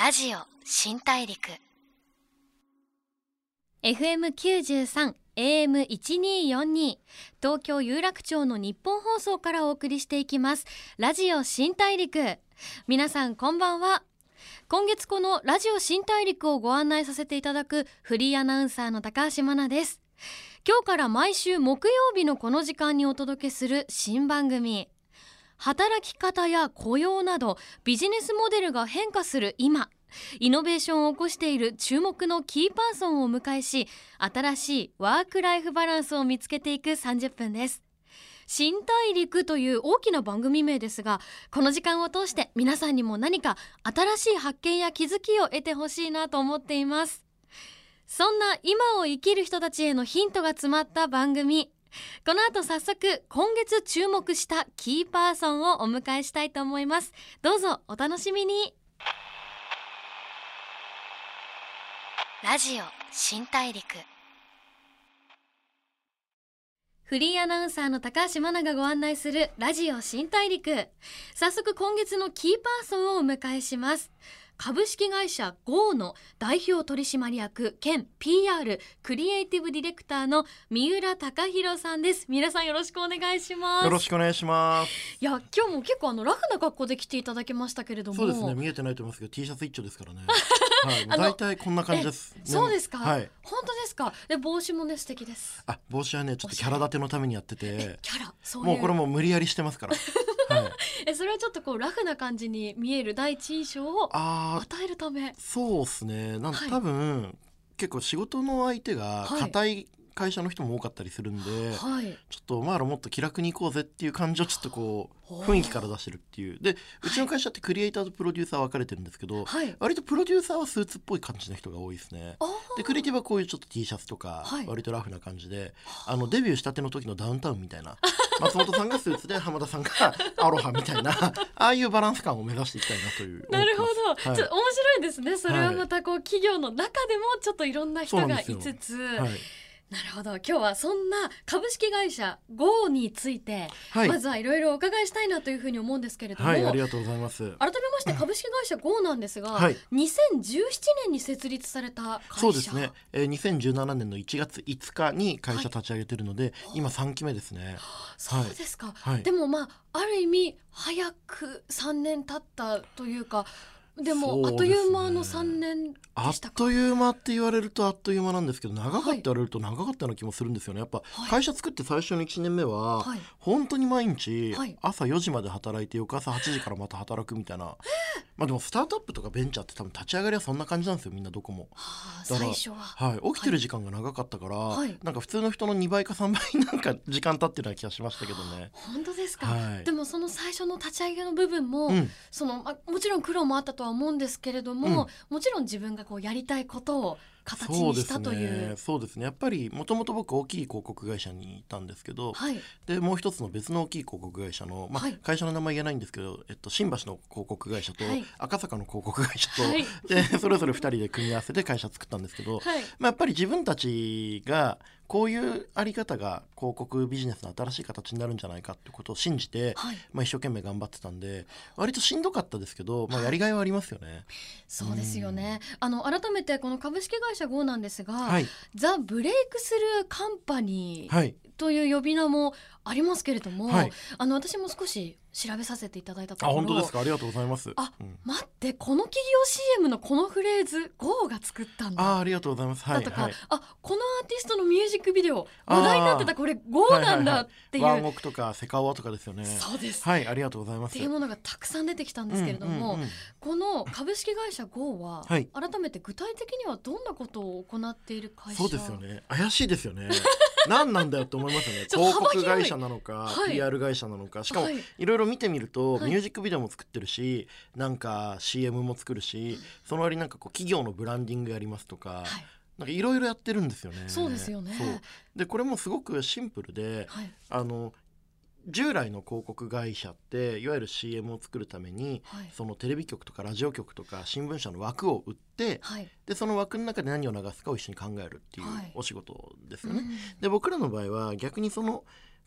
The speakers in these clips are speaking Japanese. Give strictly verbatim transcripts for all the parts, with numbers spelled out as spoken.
ラジオ新大陸 エフエムきゅうじゅうさん エーエムせんにひゃくよんじゅうに 東京有楽町の日本放送からお送りしていきますラジオ新大陸。皆さんこんばんは。今月このラジオ新大陸をご案内させていただくフリーアナウンサーの高橋真奈です。今日から毎週木曜日のこの時間にお届けする新番組、働き方や雇用などビジネスモデルが変化する今、イノベーションを起こしている注目のキーパーソンをお迎えし、新しいワークライフバランスを見つけていくさんじゅっぷんです。新大陸という大きな番組名ですが、この時間を通して皆さんにも何か新しい発見や気づきを得てほしいなと思っています。そんな今を生きる人たちへのヒントが詰まった番組、この後早速今月注目したキーパーソンをお迎えしたいと思います。どうぞお楽しみに。ラジオ新大陸、フリーアナウンサーの高橋真奈がご案内するラジオ新大陸。早速今月のキーパーソンをお迎えします。株式会社 ゴー の代表取締役兼 ピーアール クリエイティブディレクターの三浦貴弘さんです。皆さんよろしくお願いします。 よろしくお願いします。 いや、今日も結構あのラフな格好で来ていただきましたけれども。 そうですね、見えてないと思いますけど T シャツ一丁ですからねはい、だいたいこんな感じです、ね、 そうですか、 はい、 本当ですか。で帽子もね素敵です。 あ、帽子はねちょっとキャラ立てのためにやってて、 キャラそういうもうこれも無理やりしてますからはい、 えそれはちょっとこうラフな感じに見える第一印象を与えるため。 そうですね、なんかはい、 多分結構仕事の相手が固い会社の人も多かったりするんで、はい、ちょっとお前らもっと気楽に行こうぜっていう感じをちょっとこう雰囲気から出してるっていうで、うちの会社ってクリエイターとプロデューサー分かれてるんですけど、はい、割とプロデューサーはスーツっぽい感じの人が多いですね。でクリエイティブはこういうちょっと T シャツとか、はい、割とラフな感じで、あのデビューしたての時のダウンタウンみたいな松本さんがスーツで浜田さんがアロハみたいなああいうバランス感を目指していきたいなというなるほど、はい、ちょっと面白いですね。それはまたこう、はい、企業の中でもちょっといろんな人がいつつ、はい、なるほど。今日はそんな株式会社 ゴー について、はい、まずはいろいろお伺いしたいなというふうに思うんですけれども、 はい、ありがとうございます。 改めまして株式会社 ゴー なんですが、はい、にせんじゅうななねんに設立された会社。 そうですね、えー、にせんじゅうななねんのいちがついつかに会社立ち上げてるので、はい、今さんきめですね。 そうですか、はい、でもまあある意味早くさんねん経ったというか、でもあっという間のさんねんでしたか。 あっという間って言われるとあっという間なんですけど、長かった言われると長かったような気もするんですよね。やっぱ会社作って最初のいちねんめは、はい、本当に毎日朝よじまで働いて翌朝はちじからまた働くみたいな、はい、まあでもスタートアップとかベンチャーって多分立ち上がりはそんな感じなんですよ、みんなどこも。 はあ、最初は、 はい、起きてる時間が長かったから、はい、なんか普通の人のにばいかさんばいなんか時間経ってるような気がしましたけどね。 本当ですか、 はい、 でもその最初の立ち上げの部分も、うん、そのま、もちろん苦労もあったとは思うんですけれども、うん、もちろん自分がこうやりたいことを形にしたという。 そうですね、やっぱりもともと僕大きい広告会社にいたんですけど、はい、でもう一つの別の大きい広告会社の、まあはい、会社の名前言えないんですけど、えっと、新橋の広告会社と、はい、赤坂の広告会社と、はい、でそれぞれふたりで組み合わせて会社作ったんですけど、はい、まあ、やっぱり自分たちがこういうあり方が広告ビジネスの新しい形になるんじゃないかってことを信じて、はい、まあ、一生懸命頑張ってたんで割としんどかったですけど、まあ、やりがいはありますよね。はい、 そうですよね。あの改めてこの株式会社 ゴー なんですが、はい、ザ・ブレイクスルーカンパニーという呼び名もありますけれども、はい、あの私も少し調べさせていただいたところ、 あ、本当ですか、ありがとうございます。 あ、うん、待って、この企業 シーエム のこのフレーズ ゴー が作ったんだ、 あ、ありがとうございます、はい、 だとか、 はい、 あ、このアーティストのミュージックビデオ話題になってたこれ ゴー なんだっていう、 はいはいはい、ワンオクとかセカオワとかですよね。 そうです、 はい、ありがとうございます。 っていうものがたくさん出てきたんですけれども、うんうんうん、この株式会社 ゴー は、はい、改めて具体的にはどんなことを行っている会社。 そうですよね、怪しいですよね何なんだよと思いますよね広告会社なのか、はい、ピーアール 会社なのか、しかも、はい、いろいろ見てみると、はい、ミュージックビデオも作ってるし、なんか シーエム も作るし、その割なんかこう企業のブランディングやりますとか、はい、なんかいろいろやってるんですよね。 そうですよね。 そうでこれもすごくシンプルで、はい、あの従来の広告会社っていわゆる シーエム を作るために、はい、そのテレビ局とかラジオ局とか新聞社の枠を売って、はい、でその枠の中で何を流すかを一緒に考えるっていうお仕事ですよね。はい、うん、で僕らの場合は逆にその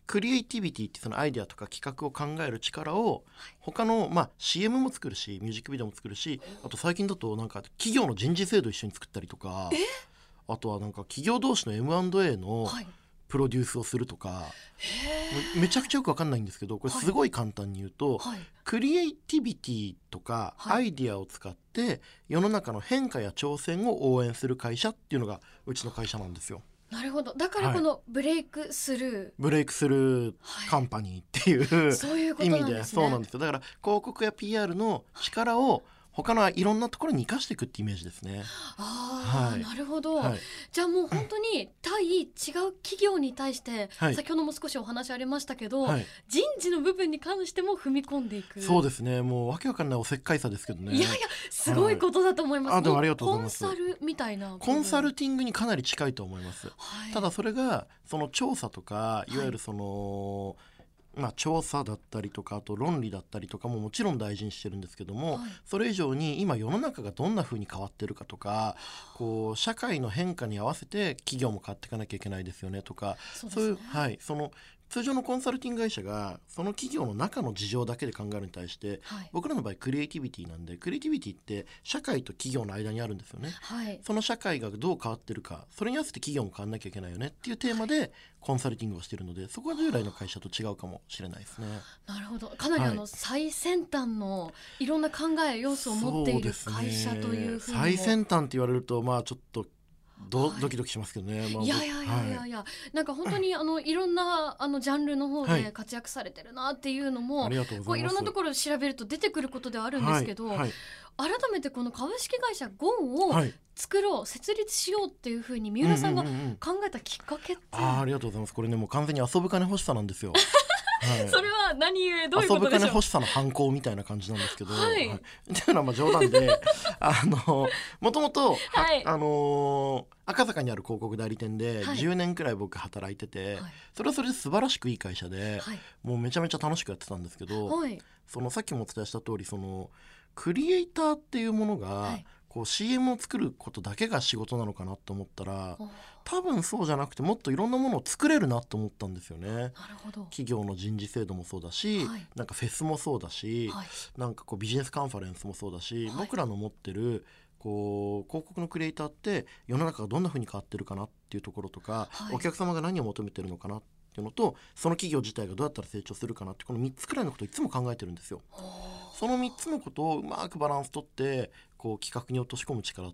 クリエイティビティってそのアイデアとか企画を考える力を他の、まあ、シーエム も作るしミュージックビデオも作るし、あと最近だとなんか企業の人事制度一緒に作ったりとか、あとはなんか企業同士の エムアンドエー のプロデュースをするとか、め, めちゃくちゃよく分かんないんですけど、これすごい簡単に言うと、はい、クリエイティビティとかアイディアを使って世の中の変化や挑戦を応援する会社っていうのがうちの会社なんですよ。 なるほど。だからこのブレイクスルー、はい、 ブレイクスルーカンパニーっていう、はい、そういうことなんですね。意味でそうなんですよ。だから広告や ピーアール の力を他のいろんなところに生かしていくってイメージですね。 あ、はい、なるほど、はい、じゃあもう本当に対違う企業に対して、はい、先ほども少しお話ありましたけど、はい、人事の部分に関しても踏み込んでいく。 そうですね。もうわけわかんないおせっかいさですけどね。 いやいやすごいことだと思います、はい、 あでもありがとうございます。 コンサルみたいなコンサルティングにかなり近いと思います、はい、ただそれがその調査とかいわゆるその、はいまあ、調査だったりとかあと論理だったりとかももちろん大事にしてるんですけども、はい、それ以上に今世の中がどんな風に変わってるかとかこう社会の変化に合わせて企業も変わっていかなきゃいけないですよねとかそうですね、そういう、はい、その通常のコンサルティング会社がその企業の中の事情だけで考えるに対して、はい、僕らの場合クリエイティビティなんでクリエイティビティって社会と企業の間にあるんですよね、はい、その社会がどう変わってるかそれに合わせて企業も変わんなきゃいけないよねっていうテーマでコンサルティングをしているのでそこは従来の会社と違うかもしれないですね。 なるほど。かなりあの、はい、最先端のいろんな考え要素を持っている会社というふうにも、 最先端って言われるとまあちょっとどはい、 ドキドキしますけどね、まあ、 いやいやいやいやいや、はい、なんか本当にあのいろんなあのジャンルの方で活躍されてるなっていうのも、はい、こういろんなところで調べると出てくることではあるんですけど、はいはい、改めてこの株式会社ゴンを作ろう、はい、設立しようっていうふうに三浦さんが考えたきっかけって、うんうんうん、 あ, ありがとうございます。これねもう完全に遊ぶ金欲しさなんですよはい、 それは何どういうことでしょう。 遊ぶ金欲しさの反抗みたいな感じなんですけど、はいはい、っていうのはまあ冗談であのもともと、はい、あの赤坂にある広告代理店でじゅうねんくらい僕働いてて、はい、それはそれで素晴らしくいい会社で、はい、もうめちゃめちゃ楽しくやってたんですけど、はい、そのさっきもお伝えした通りそのクリエイターっていうものが、はいこう シーエム を作ることだけが仕事なのかなと思ったら多分そうじゃなくてもっといろんなものを作れるなと思ったんですよね。なるほど。企業の人事制度もそうだし、はい、なんかフェスもそうだし、はい、なんかこうビジネスカンファレンスもそうだし、はい、僕らの持ってるこう広告のクリエイターって世の中がどんな風に変わってるかなっていうところとか、はい、お客様が何を求めてるのかなっていうのとその企業自体がどうやったら成長するかなってこのみっつくらいのことをいつも考えてるんですよ。そのみっつのことをうまくバランス取ってこう企画に落とし込む力って、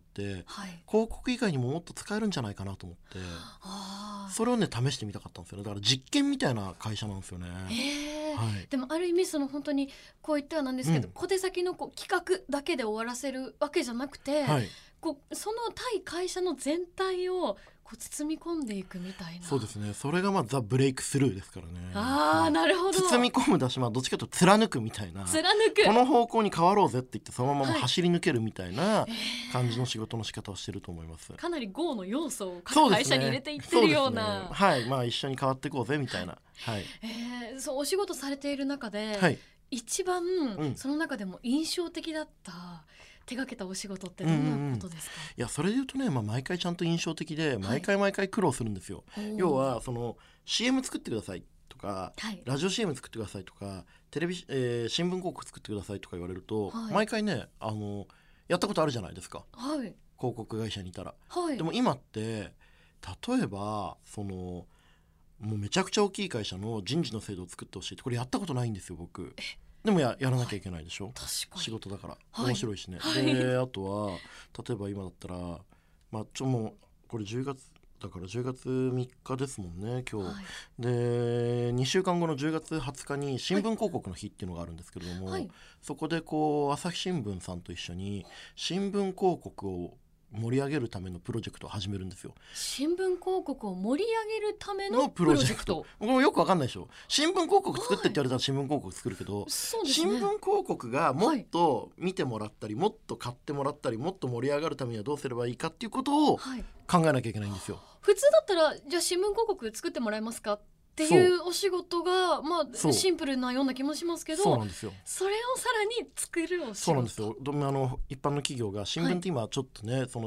はい、広告以外にももっと使えるんじゃないかなと思ってそれをね試してみたかったんですよね。だから実験みたいな会社なんですよね。 へー、はい、でもある意味その本当にこう言ってはなんですけど、うん、小手先のこう企画だけで終わらせるわけじゃなくて、はい、こうその対会社の全体をこう包み込んでいくみたいな。 そうですね。それがまあザ・ブレイクスルーですからね。 ああ、なるほど。 包み込むだし、まあ、どっちかというと貫くみたいな、 貫くこの方向に変わろうぜって言ってそのまま走り抜けるみたいな感じの仕事の仕方をしてると思います、 はい、かなり ゴー の要素を各会社に入れていってるような、 ねね、はい、まあ一緒に変わっていこうぜみたいな、はい、 えー、そうお仕事されている中で、はい、一番、うん、その中でも印象的だった手掛けたお仕事ってどんなことですか？うんうん、いやそれで言うとね、まあ、毎回ちゃんと印象的で毎回毎回苦労するんですよ、はい、要はその シーエム 作ってくださいとか、はい、ラジオ シーエム 作ってくださいとかテレビ、えー、新聞広告作ってくださいとか言われると、はい、毎回ねあのやったことあるじゃないですか、はい、広告会社にいたら、はい、でも今って例えばそのもうめちゃくちゃ大きい会社の人事の制度を作ってほしいってこれやったことないんですよ僕。でも や, やらなきゃいけないでしょ、はい、仕事だから、はい、面白いしね、はい、であとは例えば今だったら、まあ、ちょもうこれじゅうがつだからじゅうがつみっかですもんね今日、はい、でにしゅうかんごのじゅうがつはつかに新聞広告の日っていうのがあるんですけれども、はい、そこでこう朝日新聞さんと一緒に新聞広告を盛り上げるためのプロジェクトを始めるんですよ。 新聞広告を盛り上げるためのプロジェクト。 これよくわかんないでしょ。新聞広告作ってって言われたら新聞広告作るけど、はい、新聞広告がもっと見てもらったり、はい、もっと買ってもらったりもっと盛り上がるためにはどうすればいいかっていうことを考えなきゃいけないんですよ、はい、 普通だったらじゃあ新聞広告作ってもらえますかっていうお仕事がまあシンプルなような気もしますけど、 そうなんですよ。 それをさらに作るお仕事。 そうなんですよ。あの一般の企業が新聞って今ちょっとね、はい、その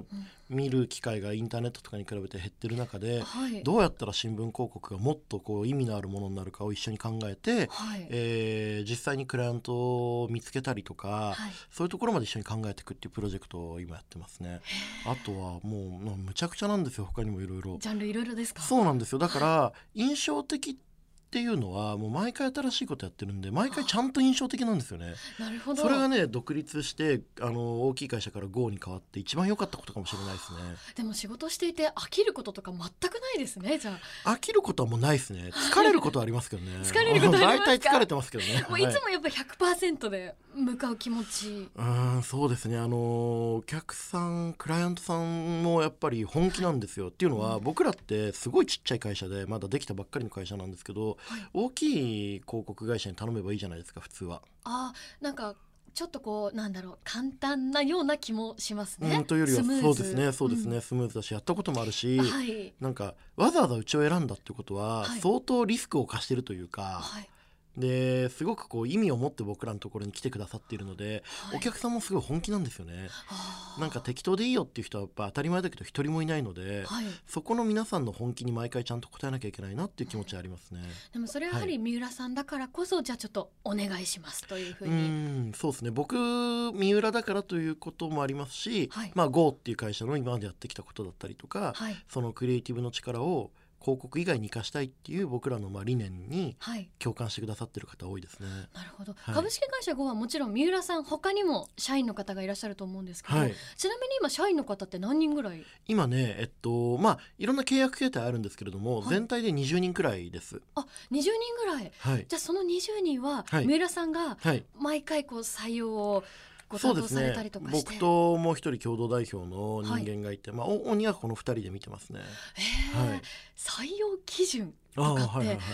見る機会がインターネットとかに比べて減ってる中で、 はい、 どうやったら新聞広告がもっとこう意味のあるものになるかを一緒に考えて、 はい、 えー、実際にクライアントを見つけたりとか、はい、そういうところまで一緒に考えていくっていうプロジェクトを今やってますね。あとはもうむちゃくちゃなんですよ。他にもいろいろジャンルいろいろですか？ そうなんですよ。だから印象的っていうのはもう毎回新しいことやってるんで、毎回ちゃんと印象的なんですよね。 なるほど。 それがね、独立してあの大きい会社から ゴー に変わって一番良かったことかもしれないですね。 でも仕事していて飽きることとか全くないですね。じゃあ飽きることはもうないですね。疲れることはありますけどね。 疲れることありますか？ 大体疲れてますけどね。 もういつもやっぱ ひゃくパーセント で向かう気持ち、 うん、そうですね。あのお客さんクライアントさんもやっぱり本気なんですよ。っていうのは、僕らってすごいちっちゃい会社でまだできたばっかりの会社なんですけど、はい、大きい広告会社に頼めばいいじゃないですか普通は。 あ、なんかちょっとこうなんだろう簡単なような気もしますね。 うん、というよりはそうですねそうですね、うん、スムーズだしやったこともあるし、はい、なんかわざわざうちを選んだってことは、はい、相当リスクを課してるというか、はい、ですごくこう意味を持って僕らのところに来てくださっているので、はい、お客さんもすごい本気なんですよね。なんか適当でいいよっていう人はやっぱ当たり前だけど一人もいないので、はい、そこの皆さんの本気に毎回ちゃんと答えなきゃいけないなっていう気持ちはありますね。 でもそれはやはり三浦さんだからこそ、はい、じゃあちょっとお願いしますというふうに。 うん、そうですね。僕三浦だからということもありますし、はい、まあ ゴー っていう会社の今までやってきたことだったりとか、はい、そのクリエイティブの力を広告以外に生かしたいっていう僕らのまあ理念に共感してくださってる方多いですね。はい、 なるほど、はい、株式会社 ゴー はもちろん三浦さん他にも社員の方がいらっしゃると思うんですけど、はい、ちなみに今社員の方って何人ぐらい？ 今ねえっとまあいろんな契約形態あるんですけれども、はい、全体でにじゅうにんくらいです。 あ、にじゅうにんぐらい、はい、じゃあそのにじゅうにんは三浦さんが毎回こう採用をご担当されたりとかして、 そうですね、僕ともう一人共同代表の人間がいて、はい、まあ鬼はこのふたりで見てますね。 へー、はい、採用基準とかって、はいはいはい、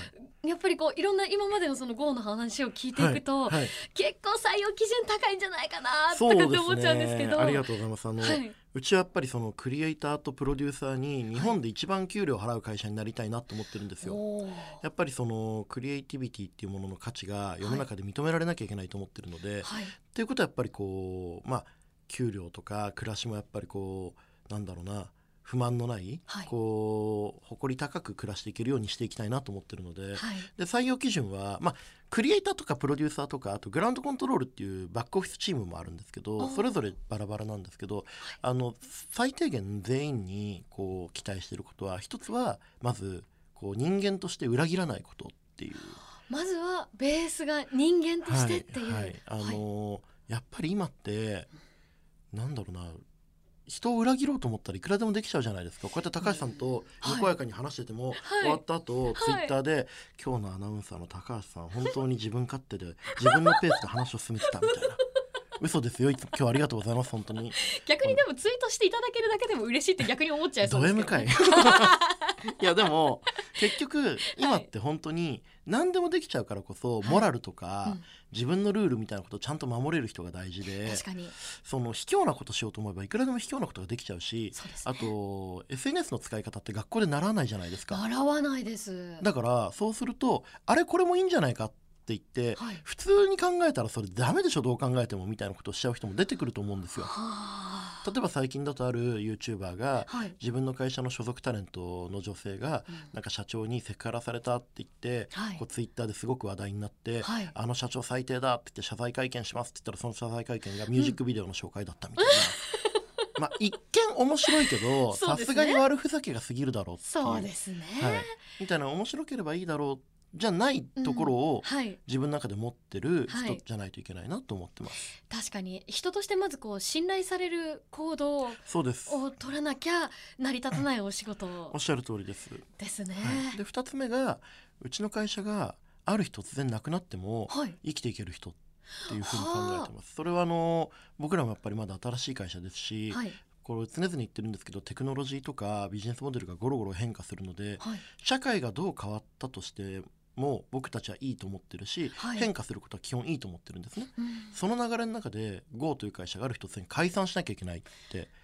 やっぱりこういろんな今までのその ゴー の話を聞いていくと、はいはい、結構採用基準高いんじゃないかなとかって思っちゃうんですけど。 ありがとうございます。あの、はい、うちはやっぱりそのクリエイターとプロデューサーに日本で一番給料を払う会社になりたいなと思ってるんですよ。はい、やっぱりそのクリエイティビティっていうものの価値が世の中で認められなきゃいけないと思ってるので、はい、っていうことはやっぱりこうまあ給料とか暮らしもやっぱりこうなんだろうな不満のない、はい、こう誇り高く暮らしていけるようにしていきたいなと思ってるので、はい、で採用基準は、まあ、クリエイターとかプロデューサーとかあとグラウンドコントロールっていうバックオフィスチームもあるんですけど、それぞれバラバラなんですけど、はい、あの最低限全員にこう期待していることは一つはまずこう人間として裏切らないことっていう、 まずはベースが人間としてっていう、 はいはい、あのーはい、やっぱり今ってなんだろうな人を裏切ろうと思ったらいくらでもできちゃうじゃないですか。こうやって高橋さんとにこやかに話してても、はい、終わった後、はい、ツイッターで、はい、今日のアナウンサーの高橋さん本当に自分勝手で自分のペースで話を進めてたみたいな嘘ですよ、いつも今日ありがとうございます。本当に逆にでもツイートしていただけるだけでも嬉しいって逆に思っちゃいそうですけど、ね、 ド M かいいやでも結局今って本当に何でもできちゃうからこそ、はい、モラルとか、はい、うん、自分のルールみたいなことをちゃんと守れる人が大事で、 確かにその卑怯なことしようと思えばいくらでも卑怯なことができちゃうし、そうですね、あと エスエヌエス の使い方って学校で習わないじゃないですか。 習わないです。だからそうするとあれこれもいいんじゃないかって言って、はい、普通に考えたらそれダメでしょどう考えてもみたいなことをしちゃう人も出てくると思うんですよ。例えば最近だとある YouTuber が、はい、自分の会社の所属タレントの女性が、うん、なんか社長にセクハラされたって言って、はい、こうツイッターですごく話題になって、はい、あの社長最低だって言って謝罪会見しますって言ったらその謝罪会見がミュージックビデオの紹介だったみたいな、うん、まあ一見面白いけどさすがに悪ふざけが過ぎるだろうっていう、 そうですね、 はい、みたいな面白ければいいだろうじゃないところを、うん、はい、自分の中で持ってる人じゃないといけないなと思ってます、 はい、確かに人としてまずこう信頼される行動を取らなきゃ成り立たないお仕事おっしゃる通りですですね、 はい、でふたつめがうちの会社がある日突然なくなっても生きていける人っていうふうに考えてます、それはあの僕らもやっぱりまだ新しい会社ですし、はい、これ常々言ってるんですけどテクノロジーとかビジネスモデルがゴロゴロ変化するので、はい、社会がどう変わったとしても僕たちはいいと思ってるし、はい、変化することは基本いいと思ってるんですね、うん、その流れの中で ゴー という会社がある一つに解散しなきゃいけないって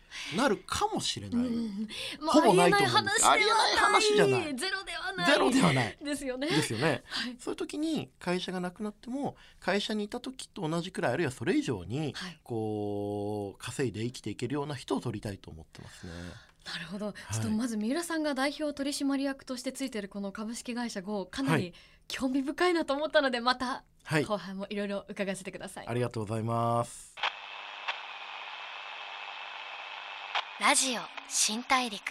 なるかもしれない、 うんまあ、 ほぼないと思うんあです。ありえない話じゃない、 ゼロではないゼロではないですよね。 ですよね、 はい、 そういう時に会社がなくなっても会社にいた時と同じくらいあるいはそれ以上にはい、 こう稼いで生きていけるような人を取りたいと思ってますね。 なるほど、 はい、 ちょっとまず三浦さんが代表取締役としてついているこの株式会社 ゴー かなり興味深いなと思ったので、また後半もいろいろ伺わせてください、 はい、ありがとうございます。 ラジオ新大陸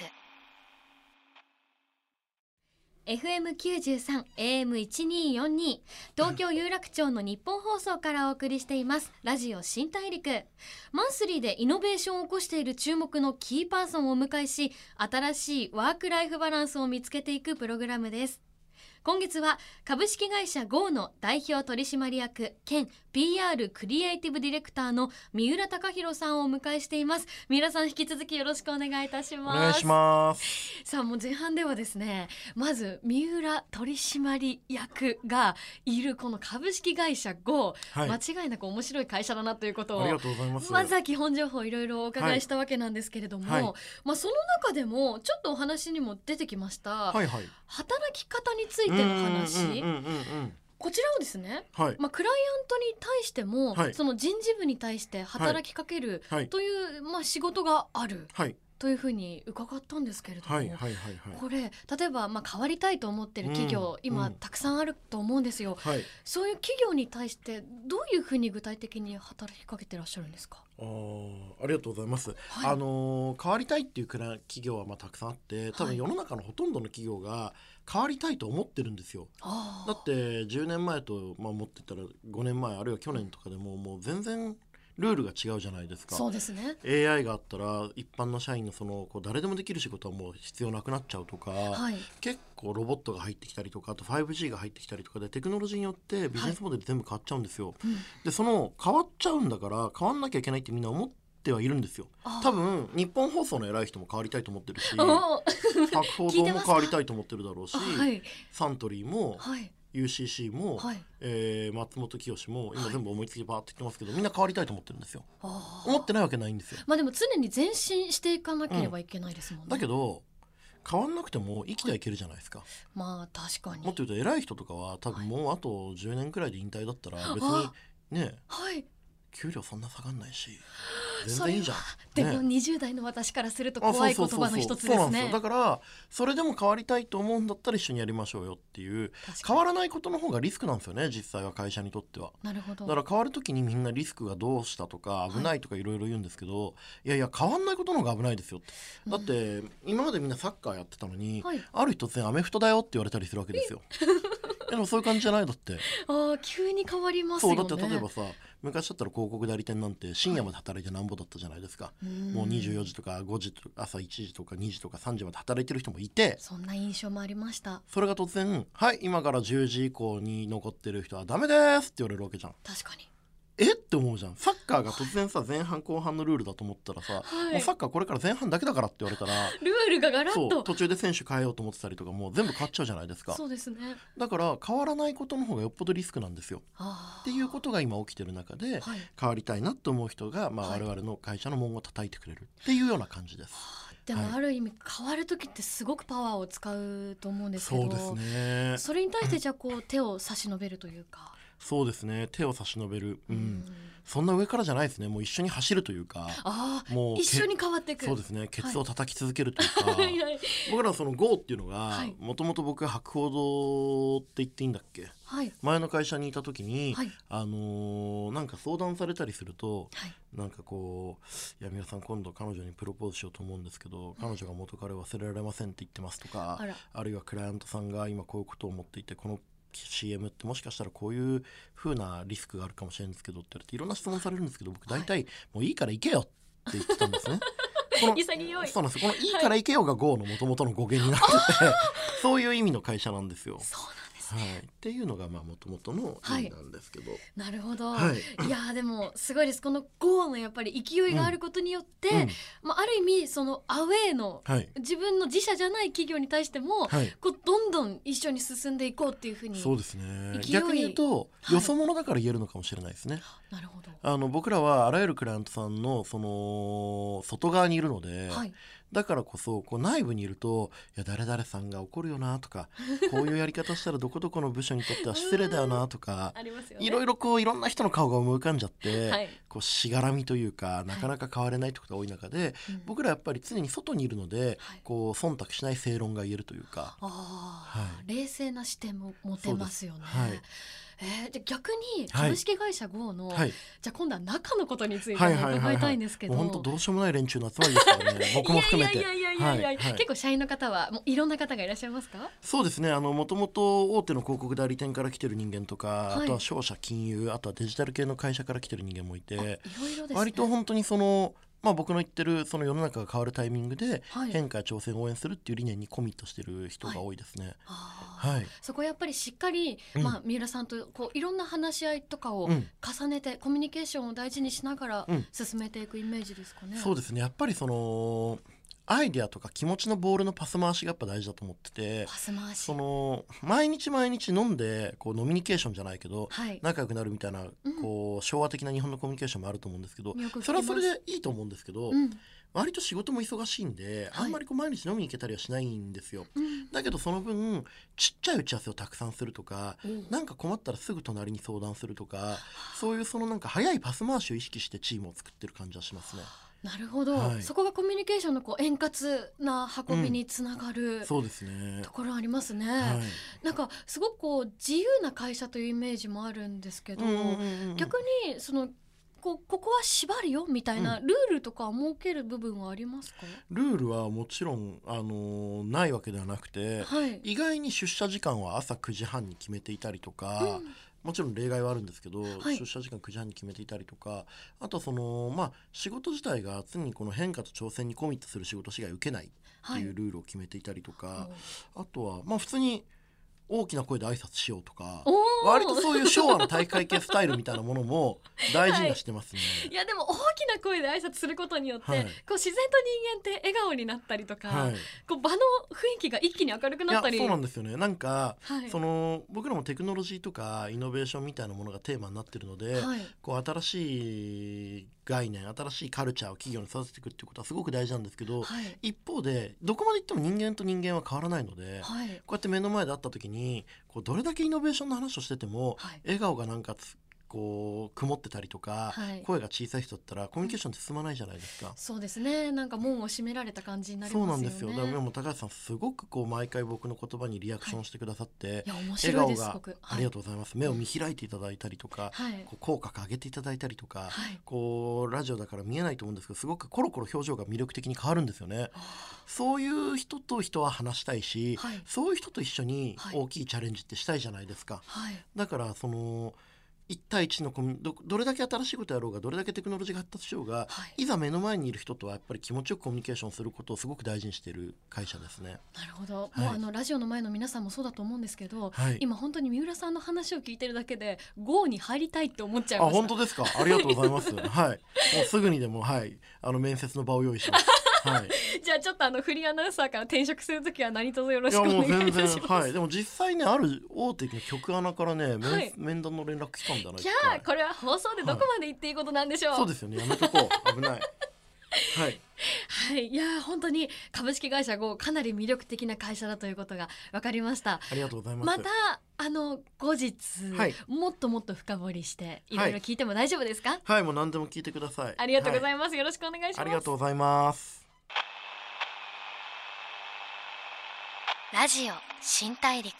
エフエムきゅうじゅうさん エーエムせんにひゃくよんじゅうに 東京有楽町の日本放送からお送りしていますラジオ新大陸。マンスリーでイノベーションを起こしている注目のキーパーソンをお迎えし、新しいワークライフバランスを見つけていくプログラムです。今月は株式会社 ゴー の代表取締役兼 ピーアール クリエイティブディレクターの三浦貴弘さんをお迎えしています。三浦さん、引き続きよろしくお願いいたします。 お願いします。 さあ、もう前半ではですね、まず三浦取締役がいるこの株式会社 ゴー、はい、間違いなく面白い会社だなということを、 ありがとうございます。 まずは基本情報いろいろお伺いしたわけなんですけれども、はいはい、まあ、その中でもちょっとお話にも出てきました、はいはい、働き方についての話、こちらをですね、はい、まあ、クライアントに対しても、はい、その人事部に対して働きかけるという、はい、まあ、仕事がある、はい、というふうに伺ったんですけれども、はいはいはいはい、これ例えば、まあ、変わりたいと思ってる企業、うん、今、うん、たくさんあると思うんですよ、はい、そういう企業に対してどういうふうに具体的に働きかけてらっしゃるんですか？ あ, ありがとうございます、はい、あのー、変わりたいっていう企業はまあたくさんあって、多分世の中のほとんどの企業が変わりたいと思ってるんですよ。だってじゅうねんまえと、まあ、持ってたらごねんまえあるいは去年とかでももう全然ルールが違うじゃないですか。 そうですね。 エーアイ があったら一般の社員のそのこう誰でもできる仕事はもう必要なくなっちゃうとか、はい、結構ロボットが入ってきたりとか、あと ファイブジー が入ってきたりとかでテクノロジーによってビジネスモデル全部変わっちゃうんですよ、はい、でその変わっちゃうんだから変わんなきゃいけないってみんな思ってはいるんですよ。多分日本放送の偉い人も変わりたいと思ってるし博報堂も変わりたいと思ってるだろうし、はい、サントリーも、はい、ユーシーシー も、はい、えー、松本清も今全部思いつきバーって言ってますけど、みんな変わりたいと思ってるんですよ。思ってないわけないんですよ。 まあでも常に前進していかなければいけないですもんね、うん、 だけど変わんなくても生きてはいけるじゃないですか、はい、 まあ確かに。 もっと言うと偉い人とかは多分もうあとじゅうねんくらいで引退だったら別にね、はい、給料そんな下がんないし全然いいじゃん、 でもにじゅう代の私からすると怖い言葉の一つですね。 だからそれでも変わりたいと思うんだったら一緒にやりましょうよっていう、変わらないことの方がリスクなんですよね、実際は会社にとっては。 なるほど。 だから変わるときにみんなリスクがどうしたとか危ないとかいろいろ言うんですけど、はい、いやいや変わんないことの方が危ないですよって。だって、うん、今までみんなサッカーやってたのに、はい、ある日突然アメフトだよって言われたりするわけですよでもそういう感じじゃない。だってあ急に変わりますよね。 そうだって例えばさ、昔だったら広告代理店なんて深夜まで働いてなんぼだったじゃないですか、はい、もうにじゅうよじとかごじとか朝いちじとかにじとかさんじまで働いてる人もいて、 そんな印象もありました。 それが突然はい今からじゅうじ以降に残ってる人はダメですって言われるわけじゃん。 確かにえって思うじゃん。サッカーが突然さ前半後半のルールだと思ったらさ、はい、もうサッカーこれから前半だけだからって言われたらルールがガラッとそう途中で選手変えようと思ってたりとかもう全部変わっちゃうじゃないですか。 そうですね。 だから変わらないことの方がよっぽどリスクなんですよっていうことが今起きてる中で、はい、変わりたいなと思う人が、まあ、我々の会社の門を叩いてくれるっていうような感じです、はい、 でもある意味変わる時ってすごくパワーを使うと思うんですけど、 そうですね。 それに対してじゃあこう手を差し伸べるというかそうですね、手を差し伸べる、うんうん、そんな上からじゃないですね。もう一緒に走るというか、 あもう一緒に変わっていく。 そうですね、ケツを叩き続けるというか、はい、僕らその ゴー っていうのがもともと僕が博報堂って言っていいんだっけ、はい、前の会社にいた時に、はい、あのー、なんか相談されたりすると、はい、なんかこういや皆さん今度彼女にプロポーズしようと思うんですけど、彼女が元彼忘れられませんって言ってますとか、あら、あるいはクライアントさんが今こういうことを思っていてこのシーエム ってもしかしたらこういう風なリスクがあるかもしれないんですけどって言われていろんな質問されるんですけど、僕大体、はい、もういいから行けよって言ってたんですねこの潔い。 そうなんですよ。このいいから行けよが ゴー の元々の語源になっててそういう意味の会社なんですよ。 そうなんです 。 はい、っていうのがまあ元々の意味なんですけど、はい、 なるほど、 はい、 いやでもすごいです。この ゴー のやっぱり勢いがあることによって、うんまあ、ある意味そのアウェーの、はい、自分の自社じゃない企業に対しても、はい、こうどんどん一緒に進んでいこうっていうふうに。 そうですね。逆に言うと、はい、よそ者だから言えるのかもしれないですね。 なるほど。 あの僕らはあらゆるクライアントさんのその外側にいるので、はい、だからこそこう内部にいるといや誰々さんが怒るよなとかこういうやり方したらどこどこの部署にとっては失礼だよなとかありますよね、 いろいろこういろんな人の顔が思い浮かんじゃって、はい、こうしがらみというかなかなか変われないってことが多い中で、はい、僕らやっぱり常に外にいるので、はい、こう忖度しない正論が言えるというか、 あ、はい、冷静な視点も持てますよね。えー、じゃ逆に株式会社 ゴー の、はい、じゃあ今度は中のことについて伺いたいんですけど、 本当どうしようもない連中の集まりですからね僕も含めて。 いやいやいやいやいや、結構社員の方はもういろんな方がいらっしゃいますか？ そうですね、あのもともと大手の広告代理店から来てる人間とか、はい、あとは商社金融、あとはデジタル系の会社から来てる人間もいて、いろいろですね、割と本当にそのまあ、僕の言ってるその世の中が変わるタイミングで変化や挑戦を応援するっていう理念にコミットしてる人が多いですね。 はいはい、そこはやっぱりしっかり、うんまあ、三浦さんとこういろんな話し合いとかを重ねて、うん、コミュニケーションを大事にしながら進めていくイメージですかね。 うん、そうですね、やっぱりそのアイデアとか気持ちのボールのパス回しがやっぱ大事だと思ってて、 パス回し、 その毎日毎日飲んでこうノミニケーションじゃないけど、はい、仲良くなるみたいな、こう昭和的な日本のコミュニケーションもあると思うんですけど、それはそれでいいと思うんですけど、うん、割と仕事も忙しいんで、はい、あんまりこう毎日飲みに行けたりはしないんですよ、うん、だけどその分ちっちゃい打ち合わせをたくさんするとか、うん、なんか困ったらすぐ隣に相談するとか、そういうそのなんか早いパス回しを意識してチームを作ってる感じはしますね。 なるほど、はい、そこがコミュニケーションのこう円滑な運びにつながる、うん、 そうですね、 ところありますね、はい、なんかすごくこう自由な会社というイメージもあるんですけど、うんうんうん、逆にそのこうここは縛るよみたいなルールとか設ける部分はありますか？ うん、ルールはもちろん、あのー、ないわけではなくて、はい、意外に出社時間は朝くじはんに決めていたりとか、うんもちろん例外はあるんですけど、はい、出社時間くじはんに決めていたりとか、あとその、まあ、仕事自体が常にこの変化と挑戦にコミットする仕事しか受けないっていうルールを決めていたりとか、はい、あとは、まあ、普通に大きな声で挨拶しようとか、割とそういう昭和の大会系スタイルみたいなものも大事にはしてますね。 はい、いやでも大きな声で挨拶することによって、はい、こう自然と人間って笑顔になったりとか、はい、こう場の雰囲気が一気に明るくなったり。 いやそうなんですよね。なんか、はい、その僕らもテクノロジーとかイノベーションみたいなものがテーマになってるので、はい、こう新しい概念、新しいカルチャーを企業に育てていくっていうことはすごく大事なんですけど、はい、一方でどこまでいっても人間と人間は変わらないので、はい、こうやって目の前で会った時にこうどれだけイノベーションの話をしてても、はい、笑顔がなんかつこう曇ってたりとか、はい、声が小さい人だったらコミュニケーションって進まないじゃないですか。 そうですね、なんか門を閉められた感じになりますよね。 そうなんですよ。だからもう高橋さんすごくこう毎回僕の言葉にリアクションしてくださって、はい、 いや面白いです。 笑顔が、はい、ありがとうございます、目を見開いていただいたりとか、はい、こう口角上げていただいたりとか、はい、こうラジオだから見えないと思うんですけどすごくコロコロ表情が魅力的に変わるんですよね。そういう人と人は話したいし、はい、そういう人と一緒に大きいチャレンジってしたいじゃないですか、はい、だからそのいち対いちのコミュ ど, どれだけ新しいことやろうがどれだけテクノロジーが発達しようが、はい、いざ目の前にいる人とはやっぱり気持ちよくコミュニケーションすることをすごく大事にしている会社ですね。 なるほど、はい、もうあのラジオの前の皆さんもそうだと思うんですけど、はい、今本当に三浦さんの話を聞いてるだけで ゴー に入りたいって思っちゃいました。 あ本当ですか、ありがとうございますはい、もうすぐにでも、はい、あの面接の場を用意しますはい、 じゃあちょっとあのフリーアナウンサーから転職するときは何卒よろしくお願いいたします。いやもう全然、はい、でも実際ねある大手の局アナからね、はい、面談の連絡来たんじゃないですか。 じゃあこれは放送でどこまで言っていいことなんでしょう、 はい、そうですよね、やめとこう危ないはい、 はい、いや本当に株式会社 ゴー かなり魅力的な会社だということが分かりました。 ありがとうございます。 またあの後日、はい、もっともっと深掘りしていろいろ聞いても大丈夫ですか？ はい、はい、もう何でも聞いてください。 ありがとうございます、はい、よろしくお願いします。 ありがとうございます。 ラジオ新大陸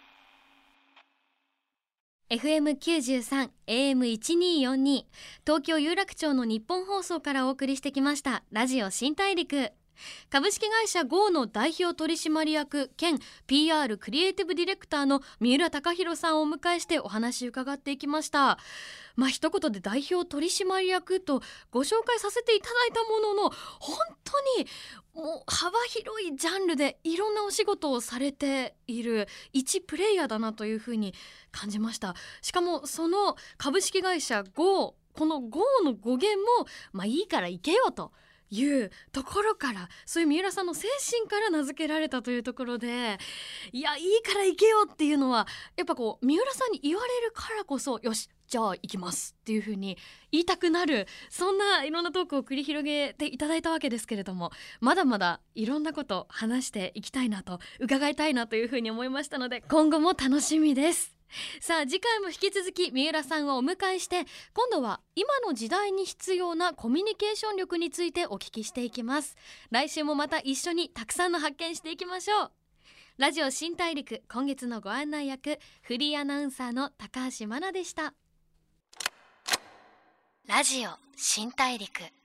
エフエムきゅうじゅうさん エーエムせんにひゃくよんじゅうに 東京有楽町の日本放送からお送りしてきましたラジオ新大陸。 株式会社 ゴー の代表取締役兼 ピーアール クリエイティブディレクターの三浦貴大さんをお迎えしてお話伺っていきました。まあ一言で代表取締役とご紹介させていただいたものの、本当にもう幅広いジャンルでいろんなお仕事をされている一プレイヤーだなというふうに感じました。しかもその株式会社 ゴー、この ゴー の語源も、まあいいから行けよというところから、そういう三浦さんの精神から名付けられたというところで、いやいいから行けよっていうのはやっぱこう三浦さんに言われるからこそ、よしじゃあ行きますっていう風に言いたくなる、そんないろんなトークを繰り広げていただいたわけですけれども、まだまだいろんなこと話していきたいなと、伺いたいなという風に思いましたので、今後も楽しみです。さあ次回も引き続き三浦さんをお迎えして、今度は今の時代に必要なコミュニケーション力についてお聞きしていきます。来週もまた一緒にたくさんの発見していきましょう。ラジオ新大陸、今月のご案内役、フリーアナウンサーの高橋真奈でした。ラジオ新大陸。